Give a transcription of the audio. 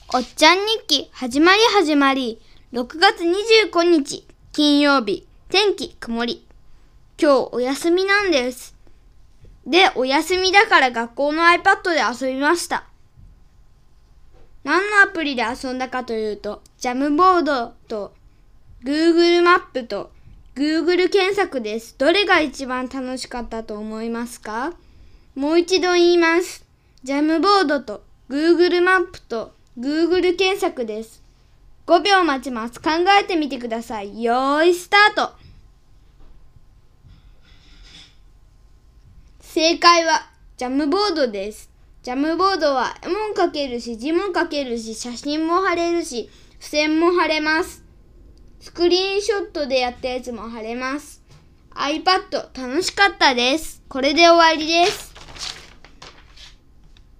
おっちゃん日記始まり。6月29日金曜日、天気曇り。今日お休みなんです。で、お休みだから学校の iPad で遊びました。何のアプリで遊んだかというと、ジャムボードと Google マップと Google 検索です。どれが一番楽しかったと思いますか？もう一度言います。ジャムボードと Google マップと Google 検索です。5秒待ちます。考えてみてください。よーい、スタート。正解はジャムボードです。ジャムボードは絵も描けるし、字も書けるし、写真も貼れるし、付箋も貼れます。スクリーンショットでやったやつも貼れます。iPad 楽しかったです。これで終わりです。